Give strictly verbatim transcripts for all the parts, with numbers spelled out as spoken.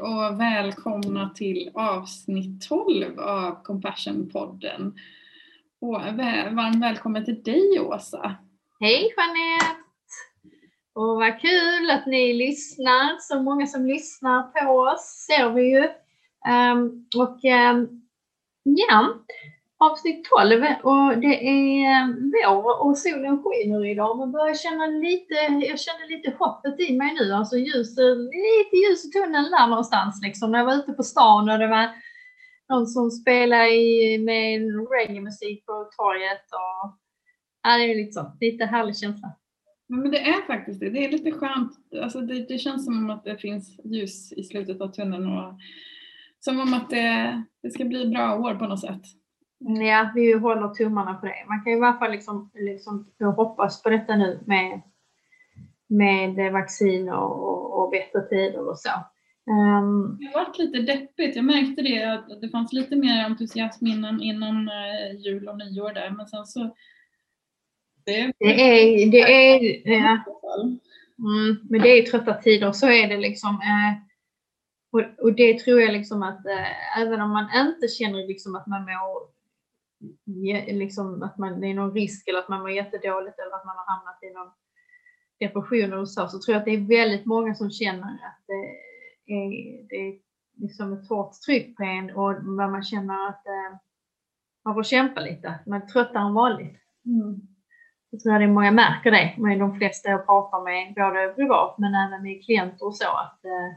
Hej och välkomna till avsnitt tolv av Compassion-podden. Och varmt välkommen till dig, Åsa. Hej Jeanette! Och vad kul att ni lyssnar. Så många som lyssnar på oss ser vi ju. Um, och um, ja, avsnitt tolv. Och det är vår och solen skiner idag. Man börjar känna lite, jag känner lite hoppet i mig nu. Alltså ljus, lite ljus i tunneln där någonstans. Liksom. När jag var ute på stan och det var någon som spelade i, med reggae-musik på torget. Och, ja, det är lite så. Lite härlig känsla. Men det är faktiskt det. Det är lite skönt. Alltså det, det känns som att det finns ljus i slutet av tunneln. Och som om att det, det ska bli bra år på något sätt. Ja, vi håller tummarna på det. Man kan ju i alla fall liksom, liksom hoppas på detta nu med, med vaccin och, och, och bättre tider och så. Um, det har varit lite deppigt. Jag märkte det att det fanns lite mer entusiasm innan, innan jul och nyår där. Men sen så... Det, det är... Det är ja. mm, men det är trötta tider. Så är det liksom... Eh, och, och det tror jag liksom att eh, även om man inte känner liksom att man mår... Liksom att man, det är någon risk eller att man mår jättedåligt eller att man har hamnat i någon depression och så, så tror jag att det är väldigt många som känner att det är, det är liksom ett hårt tryck på en och man känner att eh, man får kämpa lite, man är tröttare än vanligt. Mm. Jag tror att det är många märker det, men de flesta jag pratar med både privat men även med klienter och så att eh,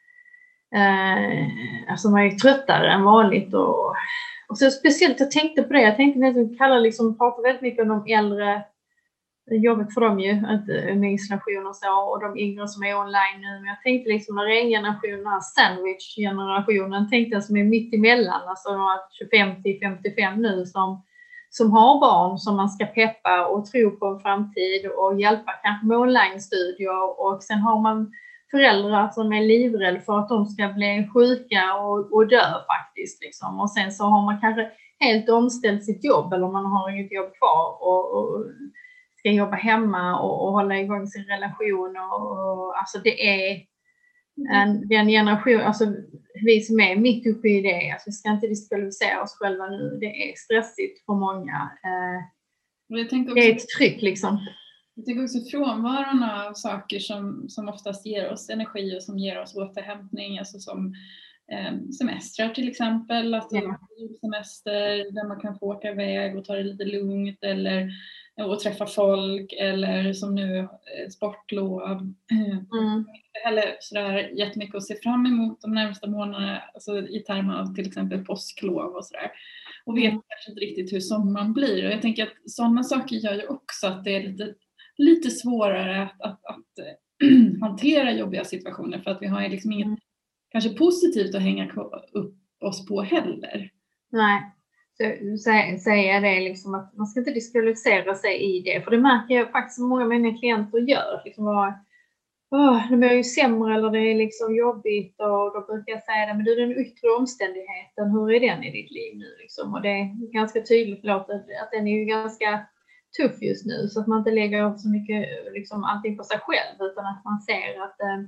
eh, alltså man är tröttare än vanligt och Och så speciellt, jag tänkte på det, jag tänkte att vi kallar liksom, pratar väldigt mycket om de äldre, jobbet för dem ju, med isolation och så, och de yngre som är online nu. Men jag tänkte liksom när generationen, sandwich-generationen, tänkte jag som är mitt emellan, alltså tjugofem till femtiofem nu som, som har barn som man ska peppa och tro på en framtid och hjälpa kanske med online-studier och sen har man föräldrar som är livrädda för att de ska bli sjuka och, och dö faktiskt. Liksom. Och sen så har man kanske helt omställt sitt jobb eller man har inget jobb kvar och, och ska jobba hemma och, och hålla igång sin relation. Och, och, alltså det är en, den generation, alltså vi som är mitt uppe i det, alltså vi ska inte diskvalificera oss själva nu. Det är stressigt för många. Eh, jag tänkte också, det är ett tryck liksom. Jag tycker också frånvaron av saker som, som oftast ger oss energi och som ger oss återhämtning, alltså som eh, semestrar till exempel, alltså ja. semester där man kan få åka iväg och ta det lite lugnt eller och träffa folk eller som nu eh, sportlov. Mm. Eller sådär jättemycket att se fram emot de närmaste månaderna, alltså i termer av till exempel påsklov och sådär. Och vet mm. kanske inte riktigt hur sommaren blir. Och jag tänker att sådana saker gör ju också att det är lite lite svårare att, att, att hantera jobbiga situationer för att vi har liksom inget mm. kanske positivt att hänga upp oss på heller. Nej, så säger det liksom att man ska inte diskvalificera sig i det, för det märker jag faktiskt många av mina klienter gör. Liksom bara, åh, det blir ju sämre eller det är liksom jobbigt och då brukar jag säga det, men du, den yttre omständigheten, hur är den i ditt liv nu liksom? Och det är ganska tydligt låter att den är ju ganska tuff just nu så att man inte lägger så mycket liksom, allting på sig själv utan att man ser att eh,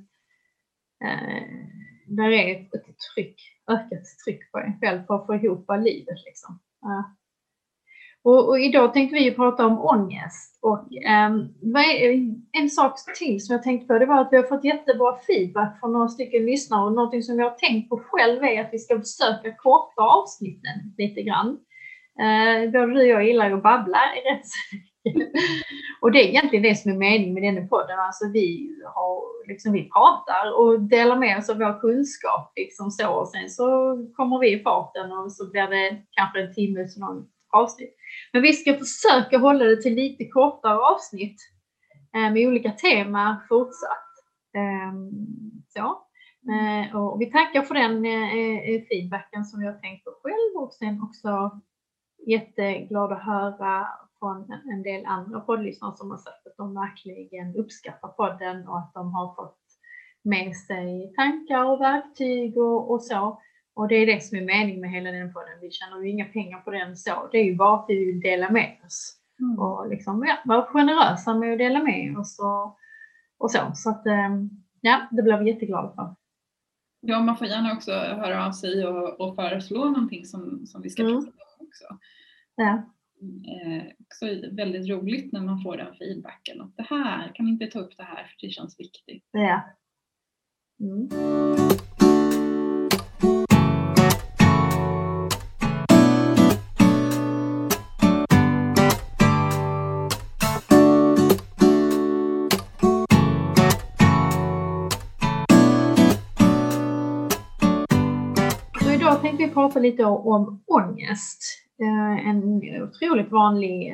eh, där är ett, ett tryck, ökat tryck på en själv för att få ihop livet liksom. Ja. Och, och idag tänkte vi ju prata om ångest och eh, vad är, en sak till som jag tänkte på det var att vi har fått jättebra feedback från några stycken lyssnare och någonting som vi har tänkt på själv är att vi ska försöka korta avsnitten lite grann. Uh, både du och jag gillar att babbla är rätt. Och det är egentligen det som är meningen med den podden. Alltså vi, har, liksom, vi pratar och delar med oss av vår kunskap liksom så. Och sen så kommer vi i farten och så blir det kanske en timme till någon avsnitt. Men vi ska försöka hålla det till lite kortare avsnitt uh, med olika teman fortsatt. Um, så. Uh, och vi tackar för den uh, feedbacken som jag tänkt på själv och sen också jätteglad att höra från en del andra poddlyssnare som har sagt att de verkligen uppskattar podden och att de har fått med sig tankar och verktyg och, och så. Och det är det som är meningen med hela den podden. Vi tjänar ju inga pengar på den så. Det är ju bara att vi vill dela med oss. Mm. Och liksom, ja, vara generösa med att dela med oss och, och så. Så att, ja, det blir vi jätteglada för. Ja, man får gärna också höra av sig och, och föreslå någonting som, som vi ska Mm. prata om också. Ja. Eh, också väldigt roligt när man får den feedbacken. Och det här, kan vi inte ta upp det här för det känns viktigt. Ja. Mm. Idag tänkte vi prata lite om ångest. En otroligt vanlig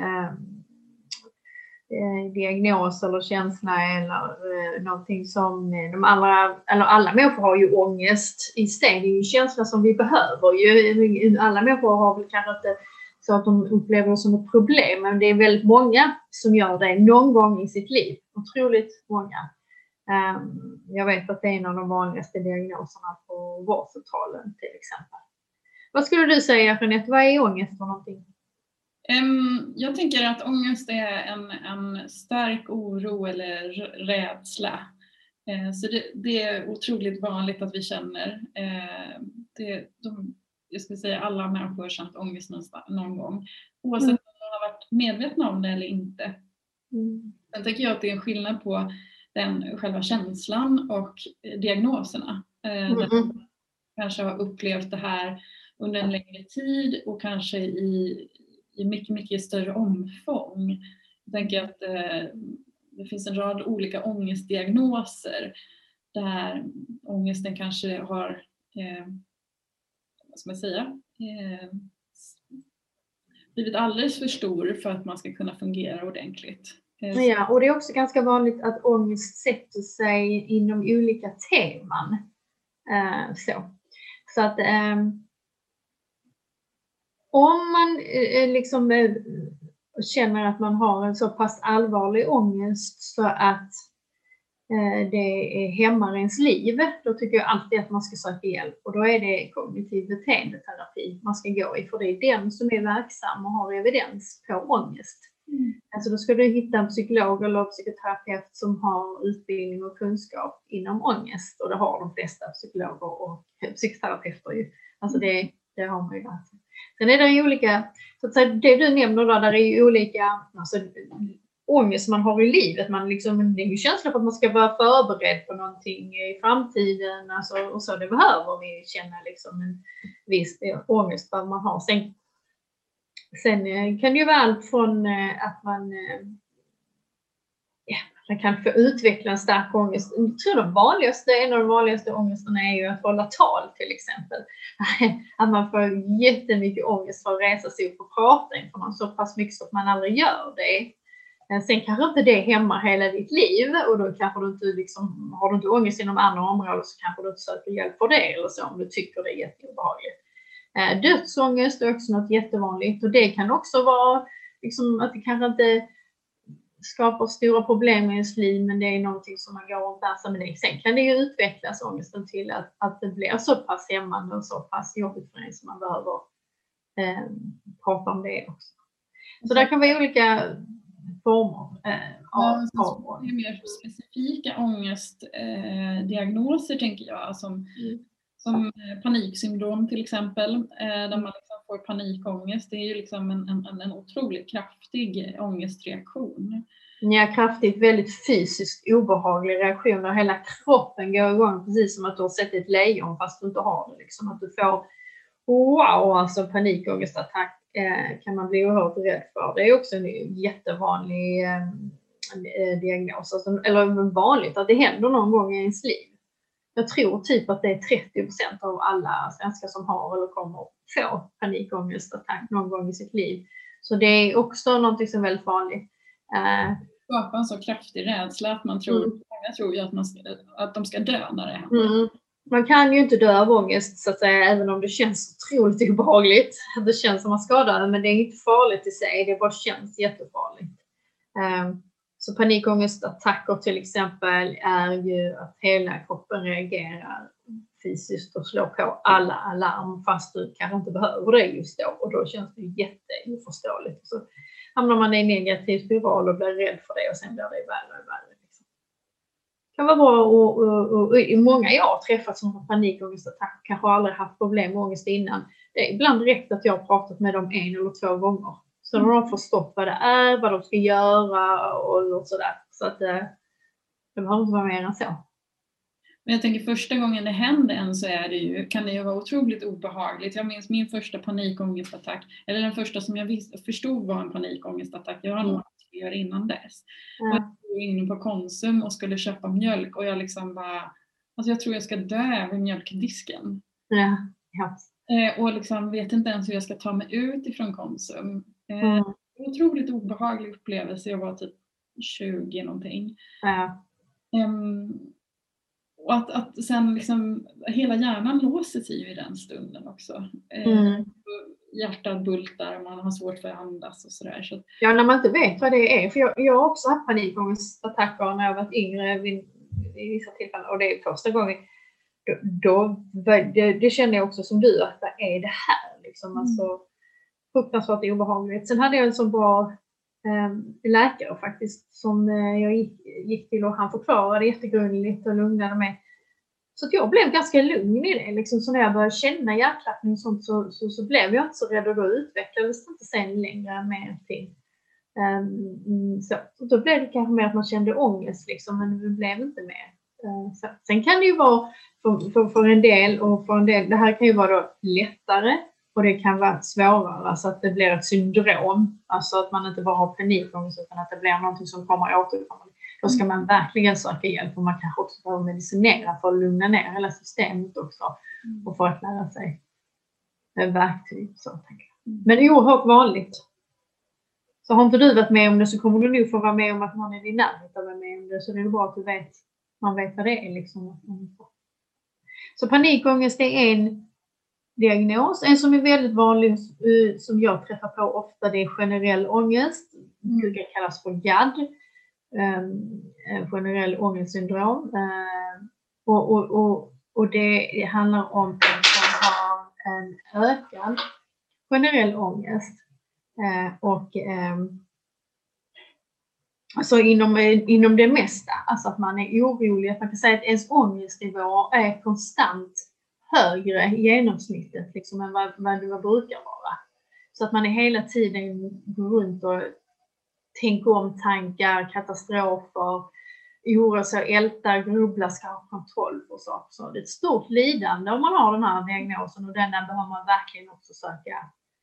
diagnos eller känsla eller någonting som de allra, eller alla människor har ju ångest i sig. Det är ju en känsla som vi behöver ju. Alla människor har väl kanske inte så att de upplever det som ett problem, men det är väldigt många som gör det någon gång i sitt liv. Otroligt många. Jag vet att det är en av de vanligaste diagnoserna på vårdcentralen till exempel. Vad skulle du säga, Jeanette? Vad är ångest för någonting? Um, jag tänker att ångest är en, en stark oro eller rädsla. Uh, så det, det är otroligt vanligt att vi känner. Uh, det, de, jag skulle säga alla människor har känt ångest någon gång. Oavsett mm. om de har varit medvetna om det eller inte. Mm. Sen tänker jag att det är en skillnad på den själva känslan och diagnoserna. Uh, mm. Där kanske har upplevt det här under en längre tid och kanske i, i mycket, mycket större omfång. Jag tänker att eh, det finns en rad olika ångestdiagnoser där ångesten kanske har, eh, vad ska man säga, eh, blivit alldeles för stor för att man ska kunna fungera ordentligt. Eh, ja, och det är också ganska vanligt att ångest sätter sig inom olika teman. Eh, så. Så att eh, om man eh, liksom eh, känner att man har en så pass allvarlig ångest så att eh, det hämmar ens liv, då tycker jag alltid att man ska söka hjälp. Och då är det kognitiv beteendeterapi man ska gå i, för det är den som är verksam och har evidens på ångest. Mm. Alltså då ska du hitta en psykolog eller psykoterapeut som har utbildning och kunskap inom ångest. Och det har de flesta psykologer och psykoterapeuter ju. Alltså det, det har man ju lärt sig. Sen är det ju olika, så att säga, det du nämner då, där är ju olika alltså, ångest man har i livet. Man liksom, det är ju känsla för att man ska vara förberedd på någonting i framtiden. Alltså, och så det behöver vi känna liksom en viss ångest vad man har. Sen, sen kan det ju vara allt från att man, ja, man kan få utveckla en stark ångest. Jag tror det vanligaste, en av de vanligaste ångesterna är ju att hålla tal till exempel. Att man får jättemycket ångest för att resa sig upp och prata inför någon så pass mycket så att man aldrig gör det. Sen kanske inte det hämmar hela ditt liv och då kanske du inte liksom, har du inte ångest inom andra områden så kanske du inte söker hjälp för det eller så om du tycker det är jätteobehagligt. Dödsångest är också något jättevanligt och det kan också vara liksom, att det kanske inte skapar stora problem i ens liv, men det är någonting som man går och bärsar med det. Sen kan det ju utvecklas ångesten till att, att det blir så pass hämmande och så pass jobbigt för en som man behöver eh, prata om det också. Så det kan vara olika former eh, av, ja, av det är mer specifika ångestdiagnoser eh, tänker jag, som, mm. som paniksyndrom till exempel, eh, där man liksom får panikångest. Det är ju liksom en, en, en otroligt kraftig ångestreaktion. Ja, kraftigt, väldigt fysiskt obehaglig reaktion där hela kroppen går igång precis som att du har sett ett lejon fast du inte har det. Liksom att du får, wow, alltså panikångestattack eh, kan man bli oerhört rädd för. Det är också en jättevanlig eh, diagnos, alltså, eller vanligt att det händer någon gång i ens liv. Jag tror typ att det är trettio procent av alla svenskar som har eller kommer få panikångestattack någon gång i sitt liv. Så det är också något som är väldigt vanligt. Uh, skapa en så kraftig rädsla att man tror, mm. många tror ju att, man ska, att de ska dö när det händer. Mm. Man kan ju inte dö av ångest så att säga, även om det känns otroligt obehagligt. Det känns som man ska dö, men det är inte farligt i sig, det bara känns jättefarligt. Um, så panikångestattacker till exempel är ju att hela kroppen reagerar fysiskt och slår på alla alarm fast du kanske inte behöver det just då, och då känns det jätteoförståeligt. Så hamnar man i en negativ spiral och blir rädd för det och sen blir det värre och värre. Liksom. kan vara bra och, och, och, och många jag har träffat som har panikångestattack kanske aldrig haft problem med ångest innan. Det är ibland rätt att jag har pratat med dem en eller två gånger. Så de har förstått vad det är, vad de ska göra och sådär. Så att det behöver inte vara mer än så. Men jag tänker första gången det händer en så är det ju, kan det ju vara otroligt obehagligt. Jag minns min första panikångestattack, eller den första som jag visste, förstod var en panikångestattack. Jag har nog haft fler innan dess. Mm. Och jag var inne på Konsum och skulle köpa mjölk och jag liksom bara, alltså jag tror jag ska dö vid mjölkdisken. Ja, ja. Eh, och liksom vet inte ens hur jag ska ta mig ut ifrån Konsum. Eh, mm. Otroligt obehaglig upplevelse, jag var typ tjugo någonting. Ja. Um, Och att, att sen liksom, hela hjärnan låser sig ju i den stunden också. Mm. Hjärtat bultar och man har svårt för att andas och sådär. Så. Ja, när man inte vet vad det är. För jag, jag har också haft panikångestattacker när jag varit yngre vid, i vissa tillfällen. Och det är första gången. Då, då, det, det kände jag också som du, att vad är det här? Liksom, mm. Alltså, fruktansvärt obehagligt. Sen hade jag en så bra eh, läkare faktiskt som eh, jag gick, gick till och han förklarade jättegrundligt och lugnade mig. Så att jag blev ganska lugn i det. Liksom, så när jag började känna hjärtklappning och sånt så, så, så blev jag inte så rädd och då utvecklades det inte sen längre mer till. Um, så. så då blev det kanske mer att man kände ångest liksom, men det blev inte mer. Uh, så. Sen kan det ju vara för, för, för en del och för en del, det här kan ju vara då lättare. Och det kan vara svårare, alltså att det blir ett syndrom. Alltså att man inte bara har panikångest utan att det blir någonting som kommer återkommande. Då ska man verkligen söka hjälp och man kanske också behöver medicinera för att lugna ner hela systemet också. Och för att lära sig verktyg. Så, tänker jag. Men det är oerhört vanligt. Så har inte du varit med om det så kommer du nog få vara med om att någon är i närheten av med om det. Så det är bra att du vet, man vet vad det är. Liksom. Så panikångest är en diagnos. En som är väldigt vanlig som jag träffar på ofta, det är generell ångest. Det kan kallas för G A D. Um, generell ångestsyndrom. Uh, och, och, och, och det, det handlar om att man har en ökad generell ångest. Uh, och um, alltså inom, inom det mesta. Alltså att man är orolig. Att man kan säga att ens ångestnivå är konstant högre i genomsnittet liksom, än vad, vad det brukar vara. Så att man är hela tiden går runt och tänker om tankar, katastrofer, oroar sig, ältar, grubblar, ska ha kontroll på saker. Så det är ett stort lidande om man har den här diagnosen och den där behöver man verkligen också söka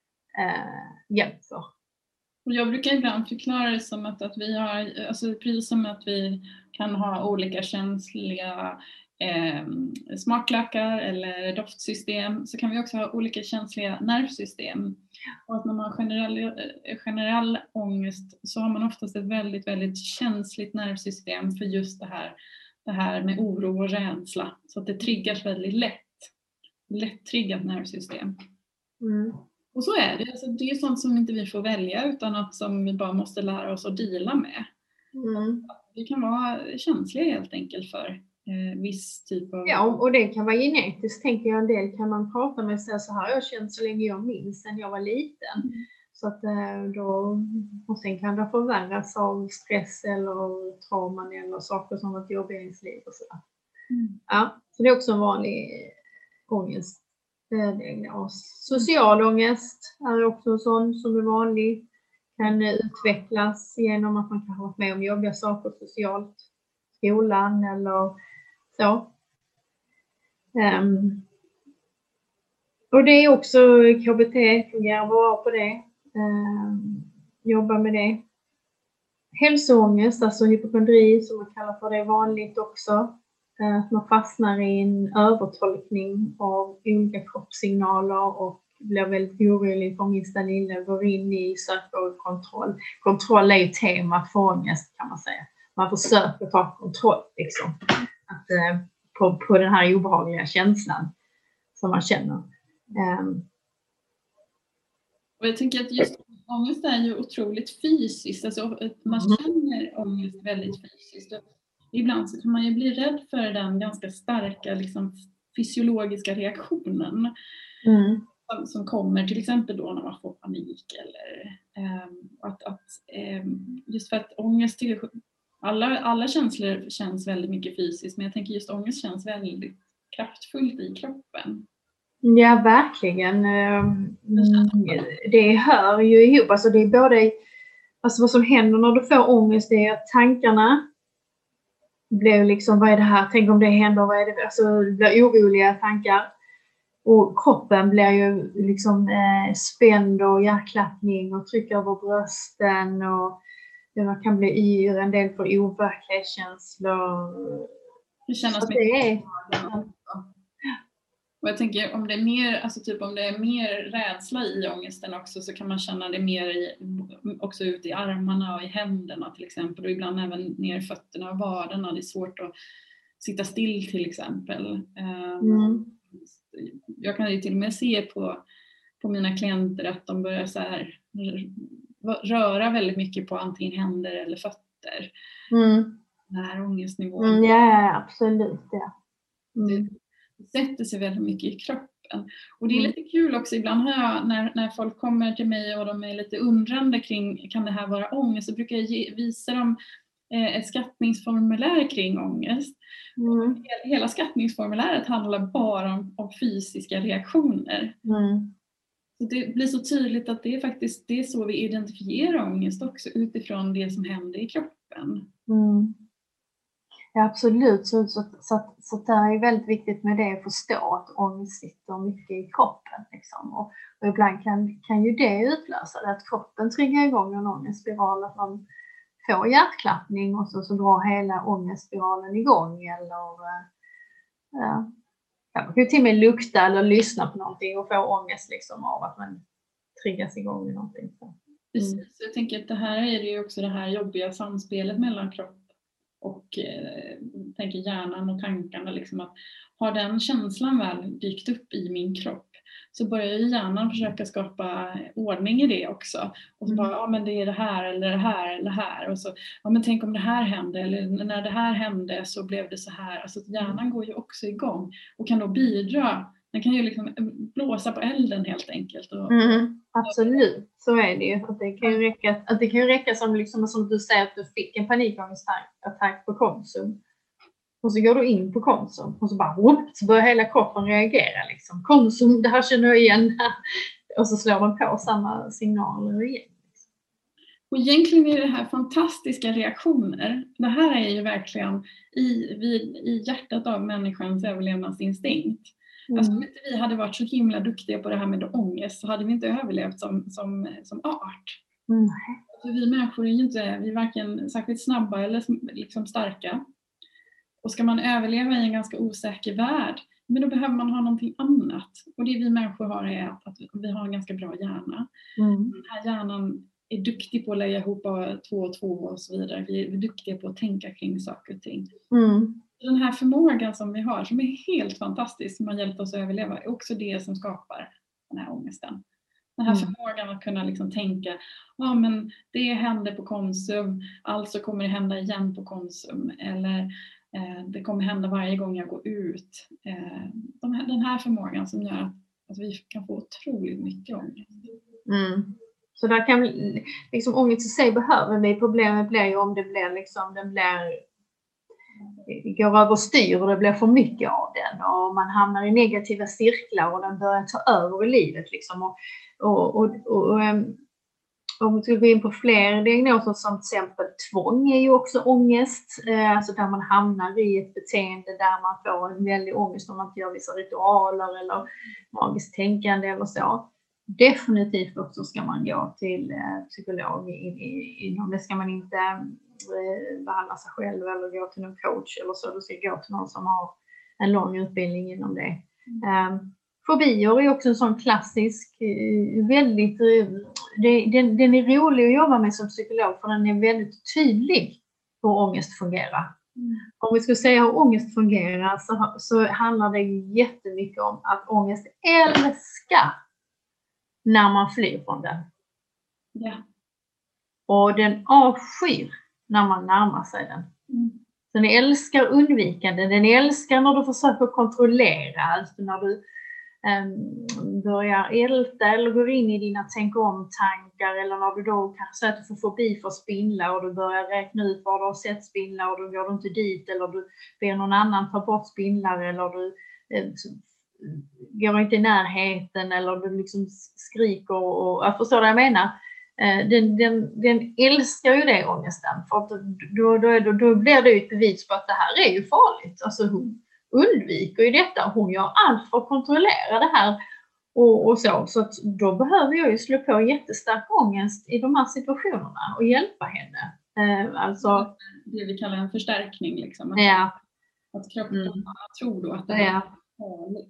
eh, hjälp för. Jag brukar ibland förklara det som att, att vi har, alltså precis som att vi kan ha olika känsliga eh, smaklökar eller doftsystem, så kan vi också ha olika känsliga nervsystem. Och att när man har generell, generell ångest så har man oftast ett väldigt, väldigt känsligt nervsystem för just det här, det här med oro och rädsla. Så att det triggas väldigt lätt. Lätt triggat nervsystem. Mm. Och så är det. Alltså, det är sånt som inte vi får välja utan att som vi bara måste lära oss att deala med. Mm. Vi kan vara känsliga helt enkelt för eh, viss typ av... Ja, och det kan vara genetiskt, tänker jag en del. Kan man prata med sig så här, jag har känt så länge jag minns sen jag var liten. Mm. Så att då, och sen kan det förvärras av stress eller trauman eller saker som varit jobbiga i ens liv och sådär. Mm. Ja, så det är också en vanlig ångest. Social ångest är också en sån som är vanlig. Kan utvecklas genom att man kan ha varit med om jobbiga saker socialt, skolan eller så. Um, och det är också K B T, fungerar bra på det. Um, jobba med det. Hälsoångest, alltså hypokondri som man kallar för det, är vanligt också. Att man fastnar i en övertolkning av olika kroppssignaler och blir väldigt orolig för minsta lilla, går in i söker och kontroll. Kontroll är ju temat för ångest, kan man säga. Man försöker ta kontroll liksom. Att, eh, på, på den här obehagliga känslan som man känner. Um. Och jag tänker att just ångest är ju otroligt fysiskt. Alltså, man känner ångest väldigt fysiskt. Ibland så kan man ju bli rädd för den ganska starka liksom, fysiologiska reaktionen mm. som, som kommer till exempel då när man får panik. Eller, um, att, att, um, just för att ångest till, alla, alla känslor känns väldigt mycket fysiskt, men jag tänker just ångest känns väldigt kraftfullt i kroppen. Ja, verkligen. Det hör ju ihop. Alltså det är både, alltså vad som händer när du får ångest är att tankarna blir liksom, vad är det här? Tänk om det händer, vad är det? Alltså det blir oroliga tankar. Och kroppen blir ju liksom eh, spänd och hjärtklappning och tryck över brösten och det kan bli yr, en del för overklighetskänslor. Det känns så det är. Och jag tänker om det är mer, alltså typ om det är mer rädsla i ångesten också, så kan man känna det mer i, också ut i armarna och i händerna till exempel, och ibland även ner i fötterna och vaderna. Det är svårt att sitta still till exempel. Mm. Jag kan ju till och med se på, på mina klienter att de börjar så här röra väldigt mycket på antingen händer eller fötter. Mm. Den här ångestnivån. Mm, ja, absolut. Ja. Mm. Det sätter sig väldigt mycket i kroppen. Och det är lite kul också, ibland har jag, när, när folk kommer till mig och de är lite undrande kring, kan det här vara ångest, så brukar jag ge, visa dem eh, ett skattningsformulär kring ångest. Mm. Hela, hela skattningsformuläret handlar bara om, om fysiska reaktioner. Mm. Så det blir så tydligt att det är faktiskt det är så vi identifierar ångest också, utifrån det som händer i kroppen. Mm. Ja, absolut. Så, så, så, så det är väldigt viktigt med det att förstå att ångest sitter mycket i kroppen. Liksom. Och, och ibland kan, kan ju det utlösa det, att kroppen triggar igång en ångestspiral, att man får hjärtklappning och så, så drar hela ångestspiralen igång. Eller, ja, man kan ju till och med lukta eller lyssna på någonting och få ångest liksom, av att man triggas igång i någonting. Så. Precis, mm. Jag tänker att det här är det ju också det här jobbiga samspelet mellan kropp och eh, tänker hjärnan och tankarna, liksom att har den känslan väl dykt upp i min kropp, så börjar ju hjärnan försöka skapa ordning i det också. Och så mm. bara, ja men det är det här eller det här eller det här. Och så, ja men tänk om det här hände, eller när det här hände så blev det så här. Alltså hjärnan går ju också igång och kan då bidra. Den kan ju liksom blåsa på elden helt enkelt. Och, mm, absolut, så är det ju. Att det kan ju räcka, att det kan ju räcka som, liksom, som du säger, att du fick en panikattack på Konsum. Och så går du in på Konsum och så bara, whoop, så börjar hela kroppen reagera. Liksom. Konsum, det här känner jag igen. Och så slår den på samma signaler igen. Och egentligen är det här fantastiska reaktioner. Det här är ju verkligen i, vid, i hjärtat av människans överlevnadsinstinkt. Mm. Alltså om inte vi hade varit så himla duktiga på det här med ångest, så hade vi inte överlevt som, som, som art. Mm. För vi människor är ju inte, vi är varken särskilt snabba eller liksom starka. Och ska man överleva i en ganska osäker värld, men då behöver man ha någonting annat. Och det vi människor har är att, att vi har en ganska bra hjärna. Mm. Den här hjärnan är duktig på att lägga ihop två och två och så vidare. Vi är duktiga på att tänka kring saker och ting. Mm. Den här förmågan som vi har, som är helt fantastisk, som har hjälpt oss att överleva, är också det som skapar den här ångesten. Den här mm. förmågan att kunna liksom tänka, ja ah, men det händer på Konsum, alltså kommer det hända igen på Konsum. Eller eh, det kommer hända varje gång jag går ut. Eh, de här, den här förmågan som gör att, att vi kan få otroligt mycket ångest. Mm. Så där kan liksom ångest i sig behöver bli, problemet blir ju om det blir liksom, den blir går över styr och det blir för mycket av den och man hamnar i negativa cirklar och den börjar ta över i livet liksom. Och, och, och, och, och om vi skulle gå in på fler diagnoser, som till exempel tvång är ju också ångest, alltså där man hamnar i ett beteende där man får en väldig ångest om man inte gör vissa ritualer eller magiskt tänkande eller så. Definitivt också ska man gå till eh, psykolog inom det. Ska man inte eh, behandla sig själv eller gå till någon coach eller så. Du ska gå till någon som har en lång utbildning inom det. Mm. Um, fobier är också en sån klassisk, eh, väldigt, eh, det, den, den är rolig att jobba med som psykolog, för den är väldigt tydlig hur ångest fungerar. Mm. Om vi ska säga hur ångest fungerar, så, så handlar det jättemycket om att ångest älskar när man flyr från den. Ja. Och den avskyr när man närmar sig den. Mm. Den älskar undvikande. Den älskar när du försöker kontrollera. Alltså när du um, börjar älta eller går in i dina tänk om-tankar, eller när du då kanske säger att du får fobi för spindlar och du börjar räkna ut var du har sett spindlar och då går du inte dit, eller du ber någon annan ta bort spindlar, eller du eh, går inte i närheten, eller du liksom skriker och jag förstår vad jag menar. Den, den, den älskar ju det, ångesten, för att då, då, då, då blir det ju ett bevis på att det här är ju farligt. Alltså hon undviker ju detta, hon gör allt för att kontrollera det här och, och så, så att då behöver jag ju slå på jättestark ångest i de här situationerna och hjälpa henne. Alltså, det vi kallar en förstärkning liksom, att, ja. att kroppen mm. tror då att det ja. är farligt.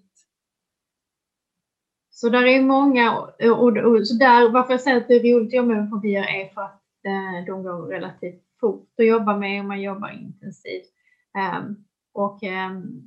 Så där är många, och, och, och så där, varför jag säger att det är roligt att jobba med fobier är för att eh, de går relativt fort att jobba med och man jobbar intensivt. Um, och um,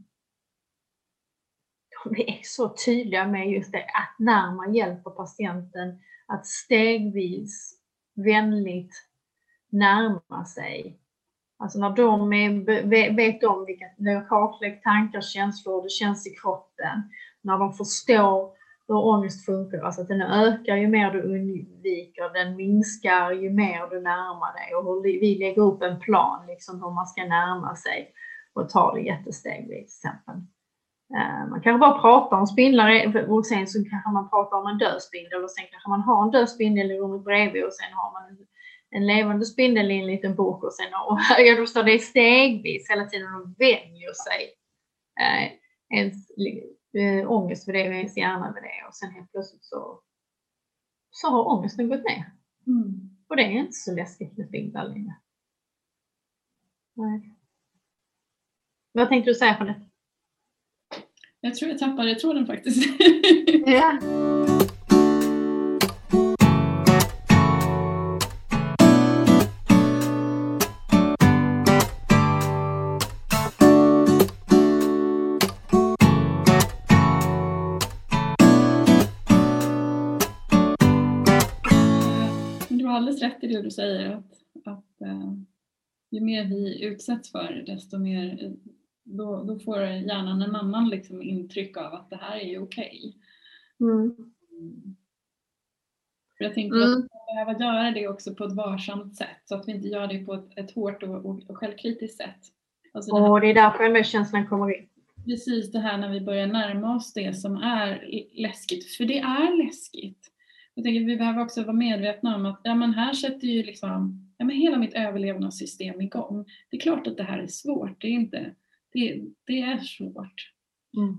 de är så tydliga med just det, att när man hjälper patienten att stegvis, vänligt närma sig. Alltså när de är, vet om vilka kartlägg tankar, känslor det känns i kroppen. När de förstår hur ångest funkar, alltså att den ökar ju mer du undviker, den minskar ju mer du närmar dig, och hur vi lägger upp en plan liksom hur man ska närma sig och ta det jättestegvis till exempel. Man kan bara prata om spindlar och sen så kanske man pratar om en död spindel och sen kanske man har en död spindel i rummet bredvid och sen har man en levande spindel i en liten bok och sen och jag då står det stegvis hela tiden och vänjer sig eh, ens äh, ångest för det och ens hjärna med det och sen helt plötsligt så så har ångesten gått ner. Mm. Och det är inte så läskigt med spindlar längre. Nej. Vad tänkte du säga på det? Jag tror jag tappade tråden faktiskt. Ja. Du har alldeles rätt i det du säger, att, att äh, ju mer vi utsätts för desto mer Då, då får hjärnan en annan liksom intryck av att det här är ju okej. Okay. Mm. Jag tänker mm. att vi behöver göra det också på ett varsamt sätt. Så att vi inte gör det på ett, ett hårt och, och, och självkritiskt sätt. Alltså det, här, det är där självmedkänslan kommer in. Precis det här när vi börjar närma oss det som är läskigt. För det är läskigt. Jag tänker att vi behöver också vara medvetna om att ja, men här sätter ju liksom, ja, men hela mitt överlevnadssystem igång. Det är klart att det här är svårt. Det är inte... Det, det är svårt. Mm.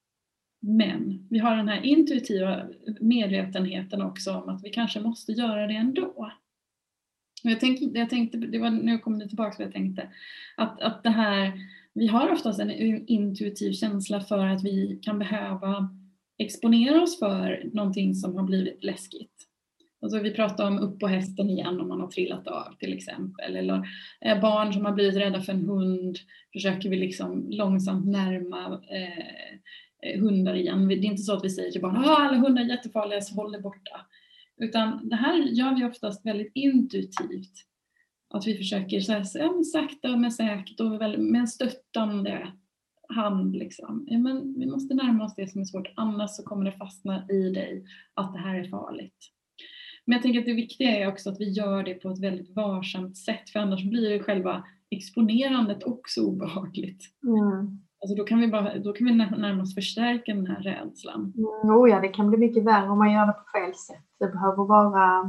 Men vi har den här intuitiva medvetenheten också om att vi kanske måste göra det ändå. Jag tänkte, jag tänkte det var, nu kommer det tillbaka vad jag tänkte. Att, att det här, vi har oftast en intuitiv känsla för att vi kan behöva exponera oss för någonting som har blivit läskigt. Alltså vi pratar om upp på hästen igen om man har trillat av till exempel. Eller barn som har blivit rädda för en hund. Försöker vi liksom långsamt närma eh, hundar igen. Det är inte så att vi säger till barn att alla hundar är jättefarliga så håll det borta. Utan det här gör vi oftast väldigt intuitivt. Att vi försöker så här, ja, sakta men säkert och med en stöttande hand. Liksom. Ja, men vi måste närma oss det som är svårt. Annars så kommer det fastna i dig att det här är farligt. Men jag tänker att det viktiga är också att vi gör det på ett väldigt varsamt sätt. För annars blir det själva exponerandet också obehagligt. Mm. Alltså då kan vi, bara, då kan vi närmast förstärka den här rädslan. Mm, oh ja, det kan bli mycket värre om man gör det på fel sätt. Det behöver vara...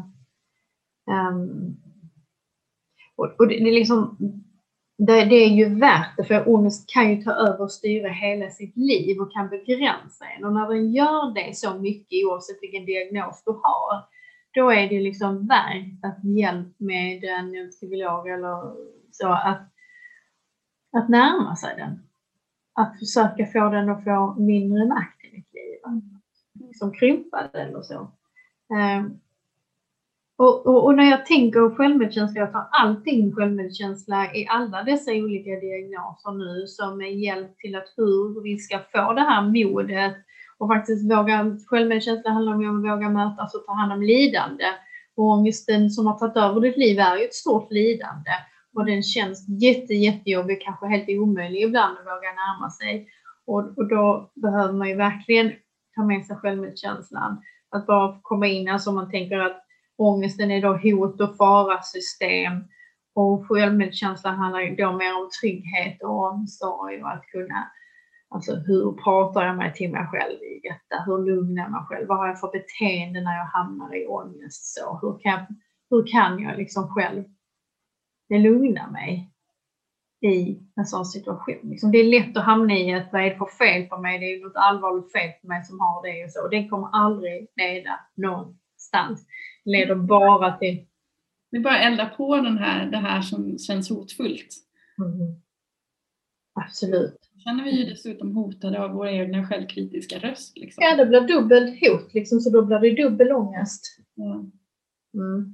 Um, och, och det, det är liksom... Det, det är ju värt det, för ångest kan ju ta över och styra hela sitt liv och kan begränsa en. Och när den gör det så mycket, oavsett vilken diagnos du har, då är det liksom värt att hjälp med en psykolog eller så att, att närma sig den. Att försöka få den att få mindre makt i ditt liv. Liksom krympa den eller så. Um, och, och, och när jag tänker självmedkänsla, jag tar allting självmedkänsla i alla dessa olika diagnoser nu som är hjälp till att hur vi ska få det här modet. Och faktiskt våga, självmedkänsla handlar om att våga mötas och ta hand om lidande. Och ångesten som har tagit över ditt liv är ju ett stort lidande. Och den känns jätte, jättejobbig, kanske helt omöjlig ibland att våga närma sig. Och, och då behöver man ju verkligen ta med sig självmedkänslan. Att bara komma in, alltså man tänker att ångesten är då hot- och farasystem. Och självmedkänslan handlar ju då mer om trygghet och omsorg och att kunna, alltså hur pratar jag mig till mig själv i detta? Hur lugnar jag mig själv? Vad har jag för beteende när jag hamnar i ångest? Så hur kan, hur kan jag liksom själv lugna mig i en sån situation? Liksom det är lätt att hamna i att vad är det för fel på mig? Det är något allvarligt fel på mig som har det och så. Det kommer aldrig leda någonstans. Det leder bara till... Det bara elda på den här, det här som känns hotfullt. Mm. Absolut. Känner vi ju dessutom hotade av vår egna självkritiska röst. Liksom. Ja, det blir dubbelt hot, liksom, så då blir det dubbel ångest. Ja. Mm.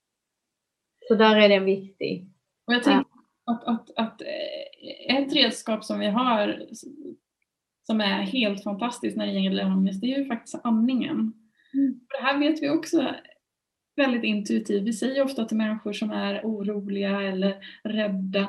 Så där är det viktigt. Och jag tänker ja. att, att, att ett redskap som vi har som är helt fantastiskt när det gäller ångest, det är ju faktiskt andningen. Mm. Det här vet vi också väldigt intuitivt. Vi säger ofta till människor som är oroliga eller rädda: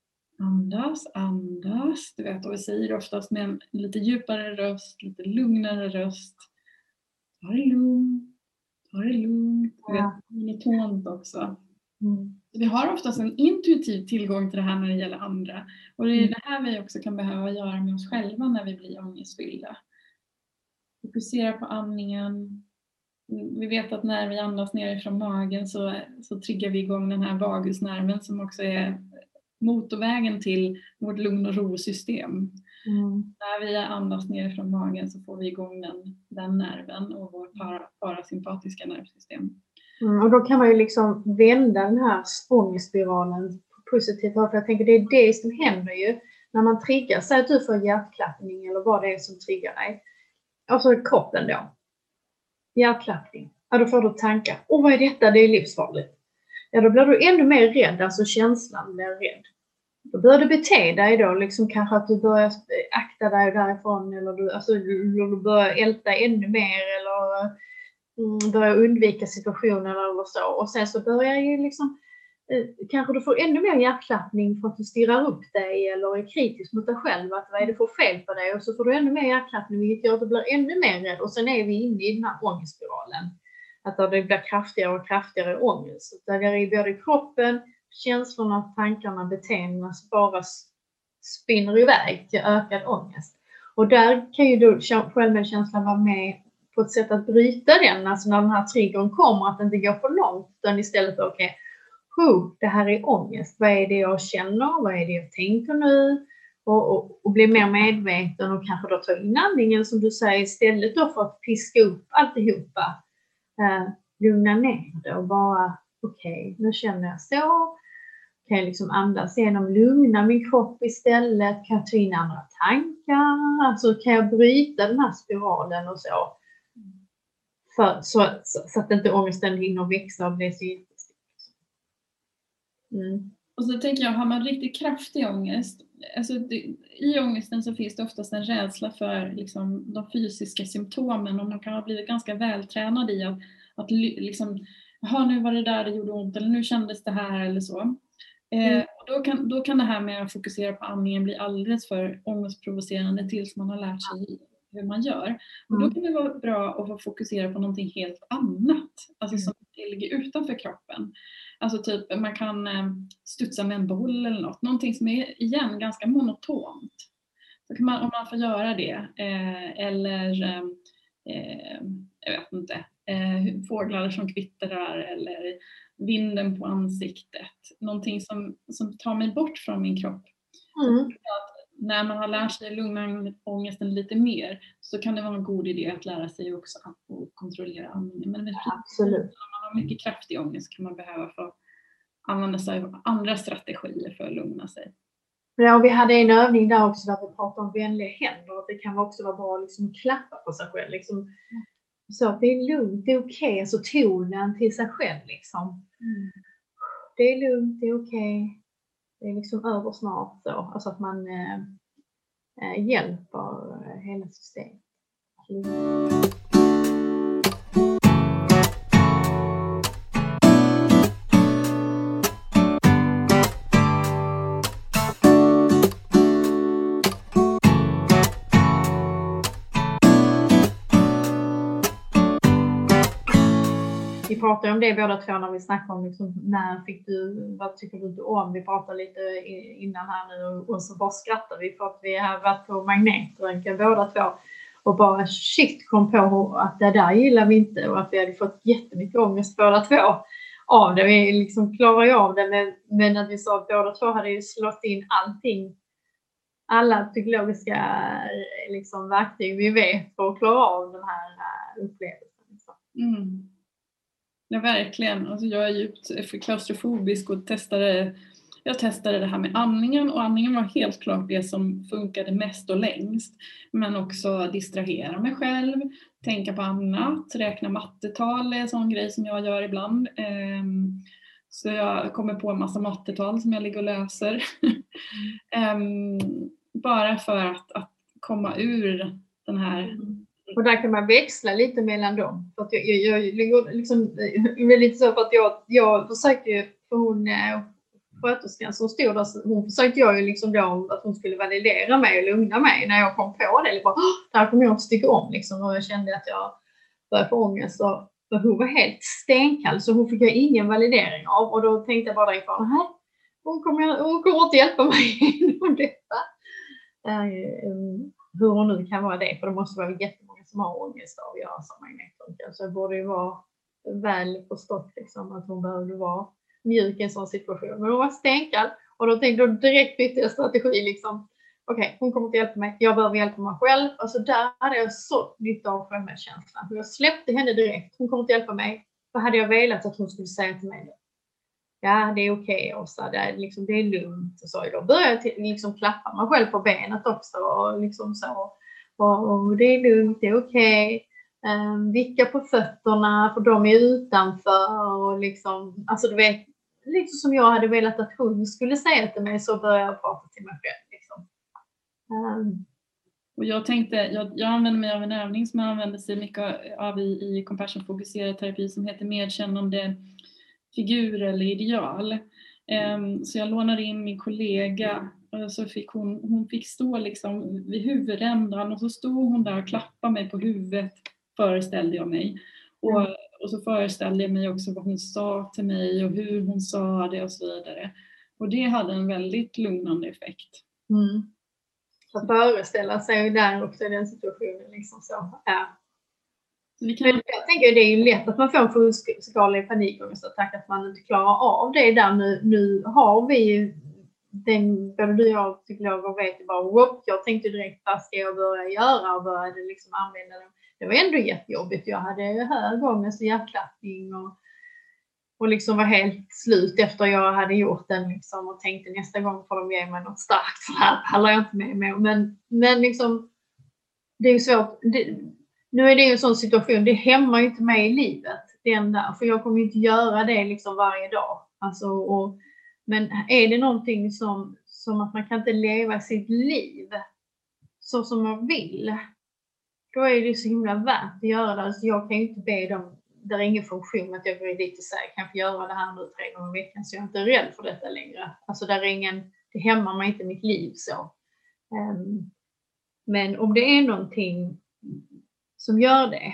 andas, andas, du vet, och vi säger oftast med en lite djupare röst, lite lugnare röst. Ta det lugnt, ta det lugnt, du vet, monotont också. Mm. Vi har oftast en intuitiv tillgång till det här när det gäller andra. Och det är det här vi också kan behöva göra med oss själva när vi blir ångestfyllda. Fokusera på andningen. Vi vet att när vi andas nerifrån magen så, så triggar vi igång den här vagusnerven som också är motorvägen till vårt lugn- och ro-system. Mm. När vi andas nerifrån magen så får vi igång den, den nerven och vårt para, parasympatiska nervsystem. Mm, och då kan man ju liksom vända den här ångestspiralen positivt. För jag tänker det är det som händer ju när man triggar. Säg att du får hjärtklappning eller vad det är som triggar dig. Och så kroppen då. Hjärtklappning. Ja, då får du tankar. Åh, vad är detta? Det är livsfarligt. Ja, då blir du ännu mer rädd. Alltså känslan blir rädd. Då börjar du bete dig då. Liksom kanske att du börjar akta dig därifrån. Eller du, alltså, du börjar älta ännu mer. Eller mm, börjar undvika situationen eller så. Och sen så börjar ju liksom... Eh, kanske du får ännu mer hjärtklappning för att du stirrar upp dig. Eller är kritisk mot dig själv. Att vad är det för fel på dig? Och så får du ännu mer hjärtklappning. Vilket gör att du blir ännu mer rädd. Och sen är vi inne i den här ångestspiralen. Att det blir kraftigare och kraftigare ångest. Där är både kroppen, känslorna, tankarna, beteendena bara spinner iväg till ökad ångest. Och där kan ju då självmedkänslan vara med på ett sätt att bryta den. Alltså när den här triggern kommer, att det inte går för långt. Utan istället, okej, okay, det här är ångest. Vad är det jag känner? Vad är det jag tänker nu? Och, och, och bli mer medveten och kanske då ta in andningen som du säger istället då för att piska upp alltihopa. Uh, lugna ner det och bara okej, okay, nu känner jag så. Kan jag liksom andas igenom, lugna min kropp istället. Kan jag ta in andra tankar. Alltså kan jag bryta den här spiralen och så. För, så, så, så att inte ångesten hinner växa och bli så jättestor. Mm. Och så tänker jag, har man riktigt kraftig ångest, alltså det, i ångesten så finns det oftast en rädsla för liksom, de fysiska symptomen, och man kan ha blivit ganska vältränad i att, att liksom, jaha, nu var det där det gjorde ont, eller nu kändes det här eller så. Mm. Eh, och då, kan, då kan det här med att fokusera på andningen bli alldeles för ångestprovocerande tills man har lärt sig hur man gör. Och då kan det vara bra att få fokusera på någonting helt annat, alltså som ligger utanför kroppen. Alltså typ man kan studsa med en boll eller något. Någonting som är igen ganska monotont. Så kan man, om man får göra det. Eh, eller eh, jag vet inte. Eh, fåglar som kvittrar. Eller vinden på ansiktet. Någonting som, som tar mig bort från min kropp. Mm. Så när man har lärt sig lugna ångesten lite mer. Så kan det vara en god idé att lära sig också att kontrollera andningen. Men absolut. När man har mycket kraftig ångest kan man behöva få använda sig av andra strategier för att lugna sig. Ja, och vi hade en övning där också där vi pratade om vänliga händer. Det kan också vara bra att liksom klappa på sig själv. Liksom. Så att det är lugnt, det är okej. Okay. Alltså tonen till sig själv liksom. Mm. Det är lugnt, det är okej. Okay. Det är liksom över snart så. Alltså att man äh, hjälper hela systemet. Mm. vi pratade om det båda två när vi snackade om liksom, när fick du, vad tycker du inte om? Vi pratade lite innan här nu och så bara skrattade vi för att vi har varit på magnetröntgen båda två och bara shit kom på att det där gillar vi inte och att vi hade fått jättemycket ångest båda två av det. Vi liksom klarar ju av det men, men att vi sa att båda två hade ju slått in allting, alla psykologiska liksom, verktyg vi vet för att klara av den här upplevelsen. Mm. Ja, verkligen. Alltså, jag är djupt klaustrofobisk och testade, jag testade det här med andningen och andningen var helt klart det som funkade mest och längst. Men också distrahera mig själv, tänka på annat, räkna mattetal är en sån grej som jag gör ibland. Så jag kommer på en massa mattetal som jag ligger och löser. Bara för att, att komma ur den här... Och där kan man växla lite mellan dem. För att jag, jag, jag liksom, väldigt så för att jag, jag försökte ju, för hon sköterskan som stod där, hon försökte jag ju liksom då att hon skulle validera mig och lugna mig när jag kom på det. Bara, det här kommer jag att stycka om liksom. Och jag kände att jag började få ångest. Och, för hon var helt stenkall så hon fick jag ingen validering av. Och då tänkte jag bara därifrån, nej, hon kommer, hon kommer inte hjälpa mig inom detta. Um, hur hon nu kan vara det, för det måste vara jättemånga som har ångest av att göra som magnetröntgen. Så det borde ju vara väl förstått liksom, att hon behövde vara mjuk i en sån situation. Men hon var stenkall och då tänkte jag direkt bytte jag strategi liksom. Okej, okay, hon kommer inte hjälpa mig, jag behöver hjälpa mig själv. Och så där hade jag så nytta av självmedkänslan. Jag släppte henne direkt, hon kommer inte hjälpa mig. Vad hade jag velat att hon skulle säga till mig? Ja, det är okej okay, Åsa, det är, liksom, det är lugnt. Och så då började jag till, liksom, klappa mig själv på benet också. Och, liksom så, och, och det är lugnt, det är okej. Okay. Um, vicka på fötterna för de är utanför. Och liksom, alltså du vet, liksom som jag hade velat att hon skulle säga till mig så började jag prata till mig själv. Liksom. Um. Och jag tänkte, jag, jag använder mig av en övning som jag använder sig mycket av i, i compassion-fokuserad terapi som heter medkännande figur eller ideal. Um, så jag lånade in min kollega och så fick hon, hon fick stå liksom vid huvudändan och så stod hon där och klappade mig på huvudet, föreställde jag mig. Och, och så föreställde jag mig också vad hon sa till mig och hur hon sa det och så vidare. Och det hade en väldigt lugnande effekt. Mm. Att föreställa sig där också i den situationen liksom så. Ja. Vi kan... Men jag tänker det är ju lätt att man får en fullskalig panikångestattack att man inte klarar av det där. Nu, nu har vi ju den, både du och jag psykologer vet ju bara whoop, jag tänkte direkt vad ska jag börja göra och började liksom använda det. Det var ändå jättejobbigt. Jag hade hög ångest och hjärtklappning och, och liksom var helt slut efter jag hade gjort den liksom och tänkte nästa gång får de ge mig något starkt för här pallar jag inte med mig. Men, men liksom det är ju svårt. Det, nu är det ju en sån situation, det hämmar ju inte mig i livet. Den där, för jag kommer ju inte göra det liksom varje dag. Alltså, och, men är det någonting som, som att man kan inte leva sitt liv så som man vill, då är det så himla värt att göra det. Alltså, jag kan ju inte be dem, det är ingen funktion att jag går dit och säger kan jag göra det här nu tre gånger i veckan så jag är inte rädd för detta längre. Alltså där är ingen, det hämmar mig inte mitt liv så. Um, men om det är någonting som gör det,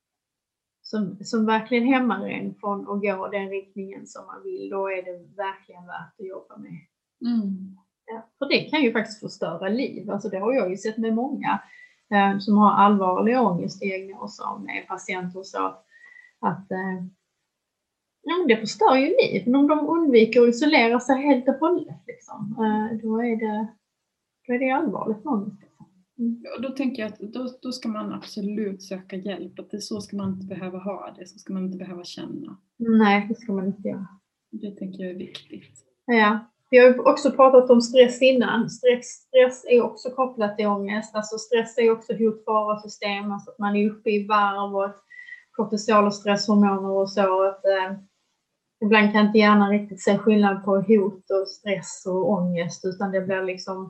som, som verkligen hämmar en från att gå den riktningen som man vill, då är det verkligen värt att jobba med. Mm. Ja, för det kan ju faktiskt förstöra liv. Alltså det har jag ju sett med många eh, som har allvarliga ångestdiagnoser med patienter så att eh, ja, det förstör ju liv. Men om de undviker att isolera sig helt och hållet liksom, eh, då, är det, då är det allvarligt ångest. Mm. Ja, då tänker jag att då, då ska man absolut söka hjälp. Att det, så ska man inte behöva ha det. Så ska man inte behöva känna. Nej, det ska man inte göra. Det tänker jag är viktigt. Ja, vi har också pratat om stress innan. Stress, stress är också kopplat till ångest. Alltså stress är också hot-fara-system. Alltså att man är uppe i varv och kortisol och stresshormoner och så. Att, eh, ibland kan inte hjärnan riktigt se skillnad på hot och stress och ångest. Utan det blir liksom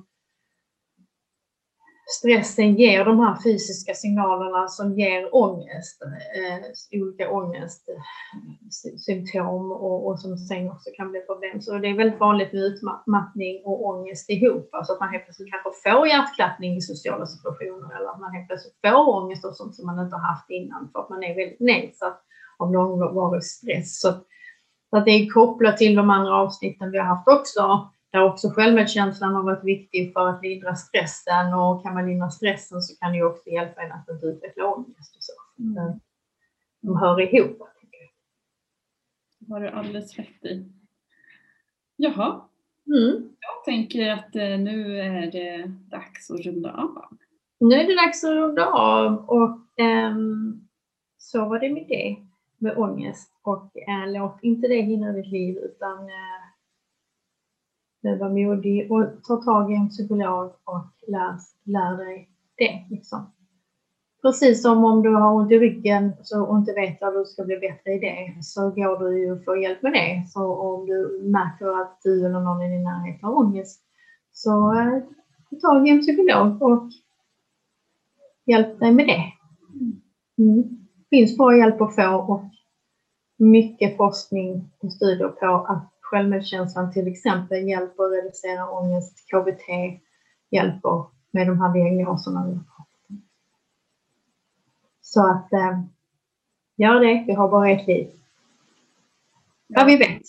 stressen ger de här fysiska signalerna som ger ångest, eh, olika ångestsymptom och, och som sen också kan bli problem. Så det är väldigt vanligt med utmattning och ångest ihop. Alltså att man helt plötsligt kanske får hjärtklappning i sociala situationer eller att man helt plötsligt får ångest och sånt som man inte har haft innan för att man är väldigt nedsatt av långvarig stress. Så, så att det är kopplat till de andra avsnitten vi har haft också. Där också självmedkänslan har varit viktig för att lindra stressen. Och kan man lindra stressen så kan det ju också hjälpa en att inte utveckla ångest och så. Mm. De hör ihop. Det har du alldeles rätt i. Jaha. Mm. Jag tänker att nu är det dags att runda av. Nu är det dags att runda av. Och um, så var det med det. Med ångest. Och uh, låt inte det hindra ditt liv utan... Uh, var modig och ta tag i en psykolog och lär, lär dig det. Liksom. Precis som om du har ont i ryggen så, och inte vet att du ska bli bättre i det så går du ju och får hjälp med det. Så om du märker att du eller någon i din närhet har ångest så eh, ta tag i en psykolog och hjälp dig med det. Mm. Det finns bra hjälp att få och mycket forskning och studier på att självmedkänslan till exempel hjälper att reducera ångest, K B T hjälper med de här diagnoserna. Så att eh, gör det, vi har bara ett liv. Ja, vi vet.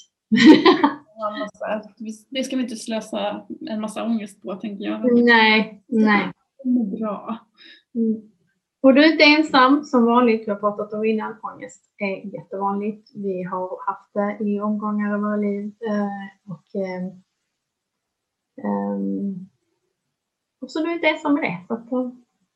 Det ska vi inte slösa en massa ångest på, tänker jag. Nej, nej. Det är bra. Mm. Och du är inte ensam, som vanligt, vi har pratat om innan, ångest är jättevanligt. Vi har haft det i omgångar i våra liv. Eh, och, eh, um, och så du är inte ensam med det. Okej,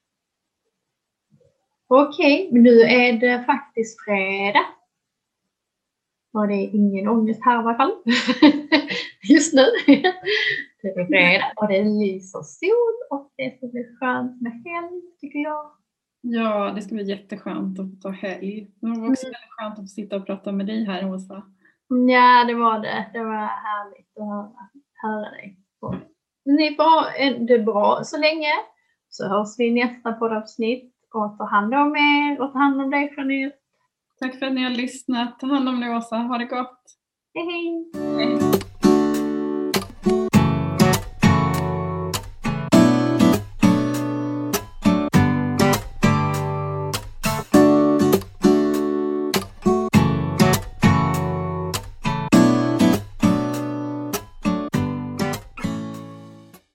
okay, men nu är det faktiskt fredag. Och det är ingen ångest här i alla fall. Just nu. Det är fredag och det lyser sol och det ska bli skönt med helg, tycker jag. Ja, det ska bli jätteskönt att ta helg. Det var också väldigt skönt att få sitta och prata med dig här, Åsa. Ja, det var det. Det var härligt att höra, höra dig. Ni får ha det bra så länge. Så hörs vi i nästa poddavsnitt. Och ta hand om er och ta hand om dig, Jeanette. Tack för att ni har lyssnat. Ta hand om dig, Åsa. Ha det gott. Hej, hej. Hej.